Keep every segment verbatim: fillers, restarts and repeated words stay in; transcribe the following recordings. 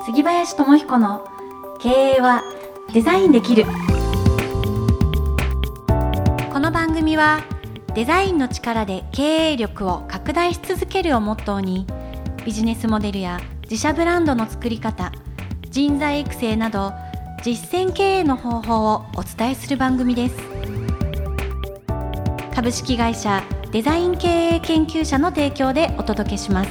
杉林智彦の経営はデザインできる。この番組はデザインの力で経営力を拡大し続けるをモットーに、ビジネスモデルや自社ブランドの作り方、人材育成など実践経営の方法をお伝えする番組です。株式会社デザイン経営研究者の提供でお届けします。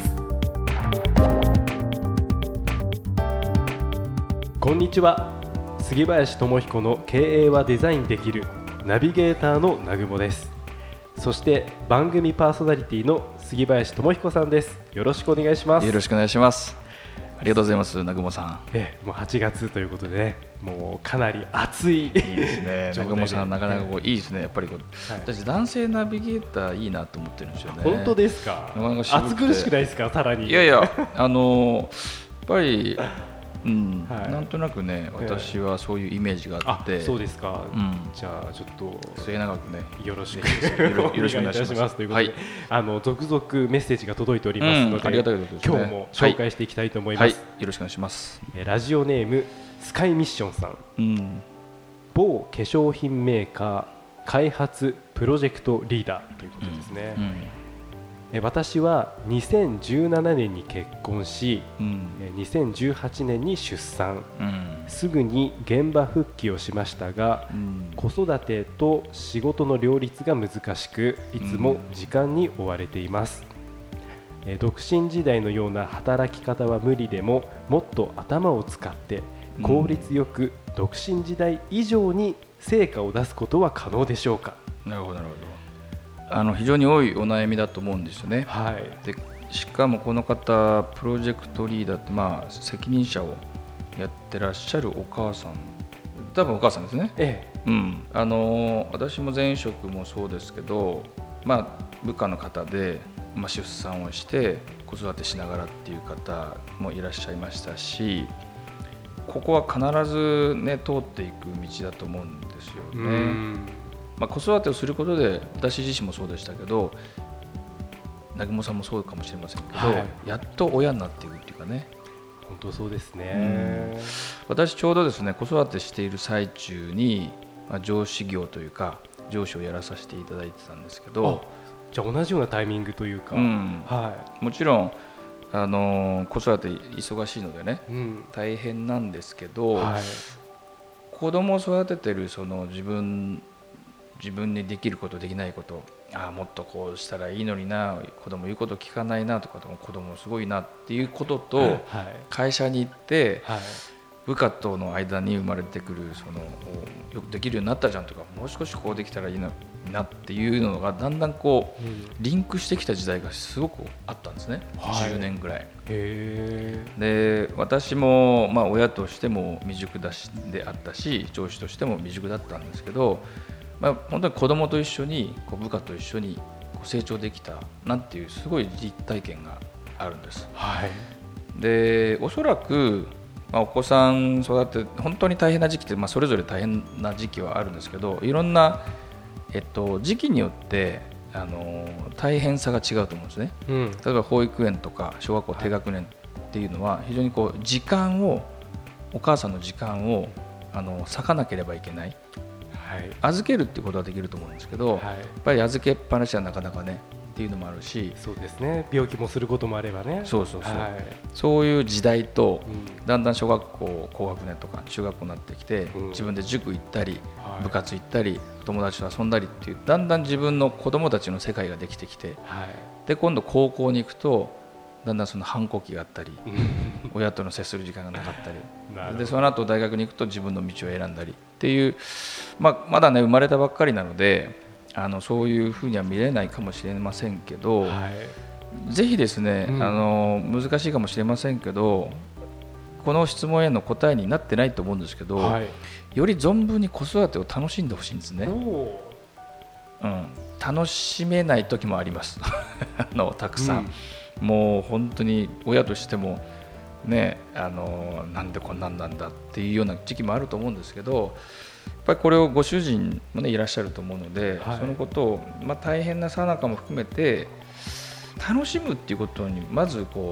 こんにちは。杉林智彦の経営はデザインできるナビゲーターの南雲です。そして番組パーソナリティの杉林智彦さんです。よろしくお願いします。 よろしくお願いします。ありがとうございます。南雲さん、 えもうはちがつということでね、もうかなり暑い。いいですね。南雲さんなかなかこういいですね。やっぱりこう、はい、私男性ナビゲーターいいなと思ってるんですよね。 本当ですか。なかなか暑苦しくないですか。さらにいやいやあのやっぱりうんはい、なんとなくね、私はそういうイメージがあって。 あ、そうですか、うん、じゃあちょっと末永くねよろしくよろしくお願いいたしますということで、はい、あの続々メッセージが届いておりますので、うん、 ありがたいことですね。 今日も紹介していきたいと思います、 はいはい、よろしくお願いします。 ラジオネームスカイミッションさん、うん、某化粧品メーカー開発プロジェクトリーダーということですね、うんうん。私はにせんじゅうななねんに結婚し、うん、にせんじゅうはちねんに出産、うん、すぐに現場復帰をしましたが、うん、子育てと仕事の両立が難しく、いつも時間に追われています、うん、独身時代のような働き方は無理でも、もっと頭を使って効率よく独身時代以上に成果を出すことは可能でしょうか。 なるほどなるほど。あの非常に多いお悩みだと思うんですよね、 はい、 でしかもこの方プロジェクトリーダーって、まあ、責任者をやってらっしゃるお母さん、多分お母さんですね、ええうん、あの私も前職もそうですけど、まあ、部下の方で、まあ、出産をして子育てしながらっていう方もいらっしゃいましたし、ここは必ず、ね、通っていく道だと思うんですよね。うんまあ、子育てをすることで、私自身もそうでしたけど、南雲さんもそうかもしれませんけど、はい、やっと親になっていくっていうかね。 本当そうですね。 私ちょうどですね、子育てしている最中に、まあ、上司業というか上司をやらさせていただいてたんですけど、 じゃあ同じようなタイミングというか、うんはい、もちろんあの子育て忙しいのでね、うん、大変なんですけど、はい、子供を育ててるその自分自分にできることできないこと、ああもっとこうしたらいいのにな、子供言うこと聞かないなとか、子供すごいなっていうことと、はい、会社に行って、はい、部下との間に生まれてくるそのよくできるようになったじゃんとか、もう少しこうできたらいいなっていうのがだんだんこう、うん、リンクしてきた時代がすごくあったんですね、はい、じゅうねんぐらい。へで私も、まあ、親としても未熟だしであったし、上司としても未熟だったんですけど、まあ、本当に子供と一緒にこう部下と一緒にこう成長できたなんていうすごい実体験があるんです、はい、でおそらく、まあ、お子さん育て本当に大変な時期って、まあ、それぞれ大変な時期はあるんですけど、いろんな、えっと、時期によってあの大変さが違うと思うんですね、うん、例えば保育園とか小学校低学年っていうのは非常にこう時間をお母さんの時間をあの割かなければいけない、はい、預けるってことはできると思うんですけど、はい、やっぱり預けっぱなしはなかなかねっていうのもあるし、 そうですね、病気もすることもあればね、 そうそうそう、はい、そういう時代と、うん、だんだん小学校高学年とか中学校になってきて、うん、自分で塾行ったり、はい、部活行ったり友達と遊んだりっていう、だんだん自分の子供たちの世界ができてきて、はい、で今度高校に行くとだんだんその反抗期があったり親との接する時間がなかったりで、その後大学に行くと自分の道を選んだりっていう、まあ、まだね生まれたばっかりなので、あのそういうふうには見れないかもしれませんけど、はい、ぜひですね、うん、あの難しいかもしれませんけど、この質問への答えになってないと思うんですけど、はい、より存分に子育てを楽しんでほしいんですね、うん、楽しめない時もありますあのたくさん、うんもう本当に親としてもね、あのなんでこんなんなんだっていうような時期もあると思うんですけど、やっぱりこれをご主人も、ね、いらっしゃると思うので、はい、そのことを、まあ、大変な最中も含めて楽しむっていうことにまずこ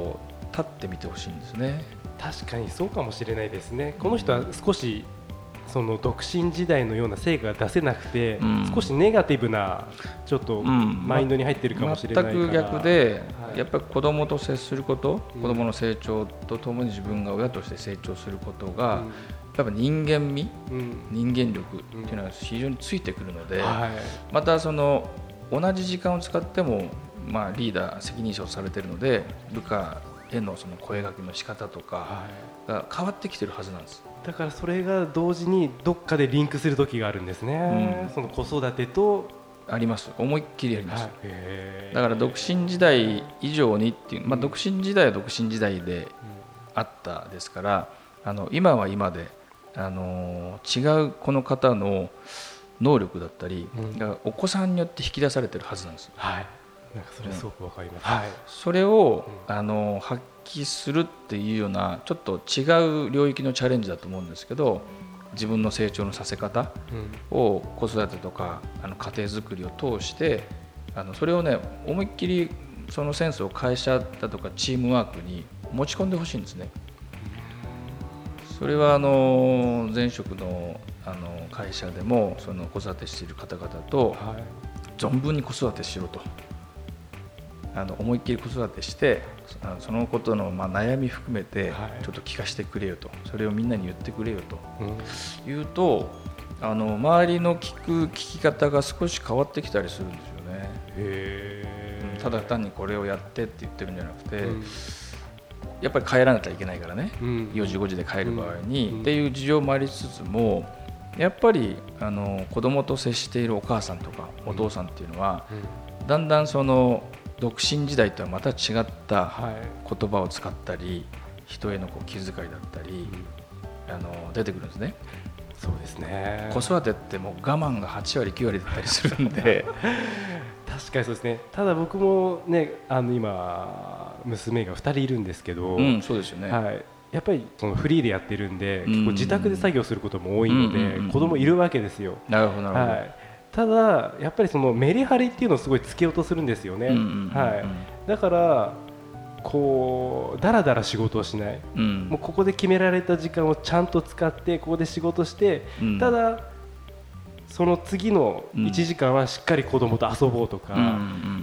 立ってみてほしいんですね。 確かにそうかもしれないですね。この人は少しその独身時代のような成果が出せなくて、うん、少しネガティブなちょっとマインドに入ってるかもしれないから、 全く逆で、はい、やっぱり子供と接すること、うん、子供の成長とともに自分が親として成長することが、うん、やっぱ人間味、うん、人間力っていうのが非常についてくるので、うんはい、またその同じ時間を使っても、まあ、リーダー責任者をされているので部下へのその声掛けの仕方とかが変わってきてるはずなんです。 だからそれが同時にどっかでリンクする時があるんですね、うん、その子育てとあります。思いっきりあります、はい、だから独身時代以上にっていう、まあ、独身時代は独身時代であったですから、あの今は今であの違うこの方の能力だったり、うん、だからお子さんによって引き出されてるはずなんです、 はい、なんかそれすごくわかります、はい、 それを、うん、あの発揮するっていうようなちょっと違う領域のチャレンジだと思うんですけど、自分の成長のさせ方を子育てとかあの家庭づくりを通してあのそれをね思いっきりそのセンスを会社だとかチームワークに持ち込んでほしいんですね。それはあの前職のあの会社でもその子育てしている方々と存分に子育てしろと、あの思いっきり子育てしてそのことのまあ悩み含めてちょっと聞かせてくれよと、それをみんなに言ってくれよと言うと、あの周りの聞く聞き方が少し変わってきたりするんですよね。へー。ただ単にこれをやってって言ってるんじゃなくて、うん、やっぱり帰らなきゃいけないからね、うん、よじごじで帰る場合に、うん、っていう事情もありつつも、やっぱりあの子供と接しているお母さんとかお父さんっていうのは、うん、だんだんその独身時代とはまた違った言葉を使ったり、はい、人へのこう気遣いだったり、うん、あの出てくるんですね。 そうですね。 子育てってもう我慢がはちわりきゅうわりだったりするんで確かにそうですね。ただ僕もね、あの今娘がふたりいるんですけど、 うん、そうですよね、 はい、やっぱりそのフリーでやってるんで、結構自宅で作業することも多いので、子供いるわけですよ。 なるほどなるほど、はい、 ただやっぱりそのメリハリっていうのをすごいつけようとするんですよね、はい、だからこうだらだら仕事をしない、うん、もうここで決められた時間をちゃんと使ってここで仕事して、うん、ただその次のいちじかんはしっかり子供と遊ぼうとか、うん、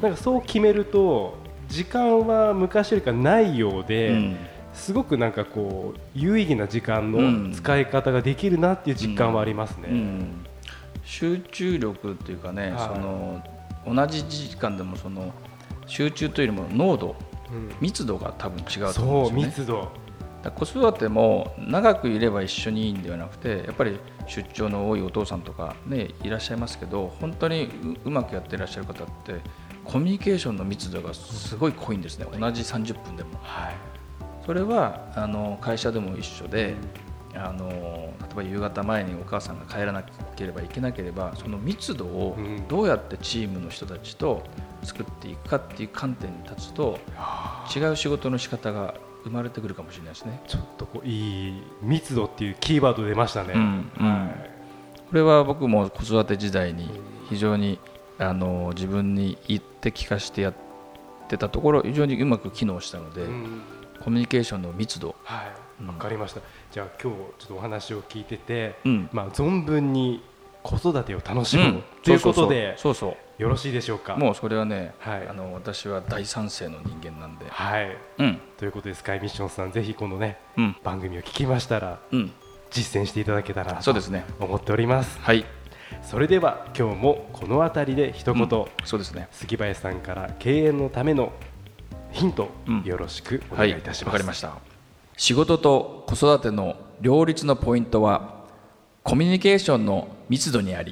なんかそう決めると時間は昔よりかないようで、うん、すごくなんかこう有意義な時間の使い方ができるなっていう実感はありますね、うんうん、 集中力っていうかね、はい、その同じ時間でもその集中というよりも濃度、うん、密度が多分違うと思うんですよね。そう、密度。だ子育ても長くいれば一緒にいいんではなくて、やっぱり出張の多いお父さんとか、ね、いらっしゃいますけど、本当に う, うまくやっていらっしゃる方ってコミュニケーションの密度がすごい濃いんですね。同じさんじゅっぷんでも、はい、それはあの会社でも一緒で、あの例えば夕方前にお母さんが帰らなければいけなければ、その密度をどうやってチームの人たちと作っていくかっていう観点に立つと、違う仕事の仕方が生まれてくるかもしれないですね。 ちょっとこういい密度っていうキーワード出ましたね、うんうん、はい、 これは僕も子育て時代に非常にあの自分に言って聞かせてやってたところ、非常にうまく機能したので、うん、コミュニケーションの密度、 はい、わかりました。じゃあ今日ちょっとお話を聞いてて、うん、まあ、存分に子育てを楽しむ、うん、ということでそうそうよろしいでしょうか。 もうそれはね、はい、あの私は大賛成の人間なんで、 はい、うん、ということでスカイミッションさん、ぜひこのね、うん、番組を聞きましたら、うん、実践していただけたらと思っております。 はい、 それでは今日もこの辺りで一言、うん、 そうですね、 杉林さんから経営のためのヒント、うん、よろしくお願いいたします。 わかりました。仕事と子育ての両立のポイントはコミュニケーションの密度にあり。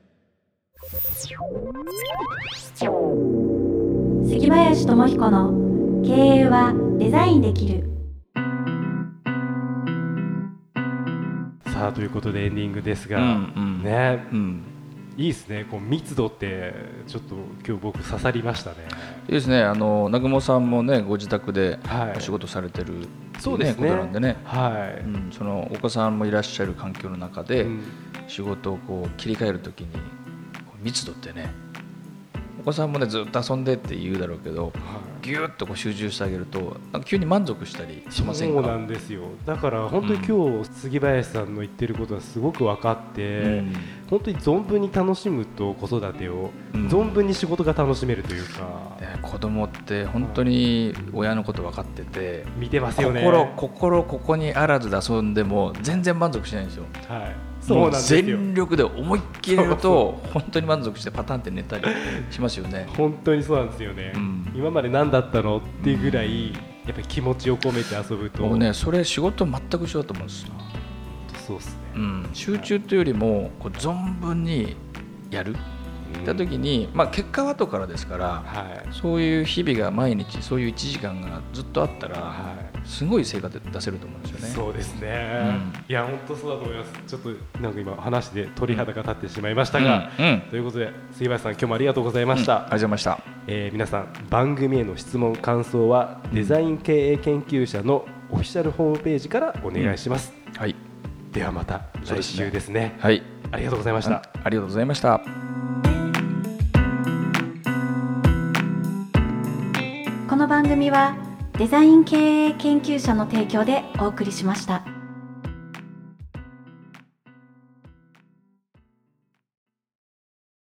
杉林智彦の経営はデザインできる。 さあ、ということでエンディングですが、うんうん、ね、うん、いいですね。こう密度ってちょっと今日僕刺さりましたね。 いいですね。あの南雲さんもね、ご自宅でお仕事されてる、はい、そうですね、ことなんでね、はい、うん、そのお子さんもいらっしゃる環境の中で、うん、仕事をこう切り替えるときに密度ってね、 子さんもねずっと遊んでって言うだろうけど、はい、ギュッとこう集中してあげるとなんか急に満足したりしませんか。 そうなんですよ。だから本当に今日杉林さんの言ってることはすごく分かって、うん、本当に存分に楽しむと子育てを、うん、存分に仕事が楽しめるというか、 ね、子供って本当に親のこと分かってて見てますよね。 心、心ここにあらずで遊んでも全然満足しないんですよ。 はい、 そうなんですよ。全力で思いっきりやると本当に満足してパタンって寝たりしますよね。 本当にそうなんですよね、うん、今まで何だったのっていうぐらい、うん、やっぱり気持ちを込めて遊ぶと僕ねそれ仕事全く一緒だと思うんですよ。 そうですね、 うん、集中というよりもこう存分にやるった時に、まあ、結果は後からですから、はい、そういう日々が毎日そういういちじかんがずっとあったら、はい、すごい成果で出せると思うんですよね。 そうですね、うん、いや本当そうだと思います。ちょっとなんか今話で鳥肌が立ってしまいましたが、うんうん、ということで杉林さん今日もありがとうございました、うん、 ありがとうございました、 えー、皆さん番組への質問感想はデザイン経営研究者のオフィシャルホームページからお願いします、 うん、はい、 ではまた来週ですね。 はい、 ありがとうございました。 ありがとうございました。 この番組はデザイン経営研究者の提供でお送りしました。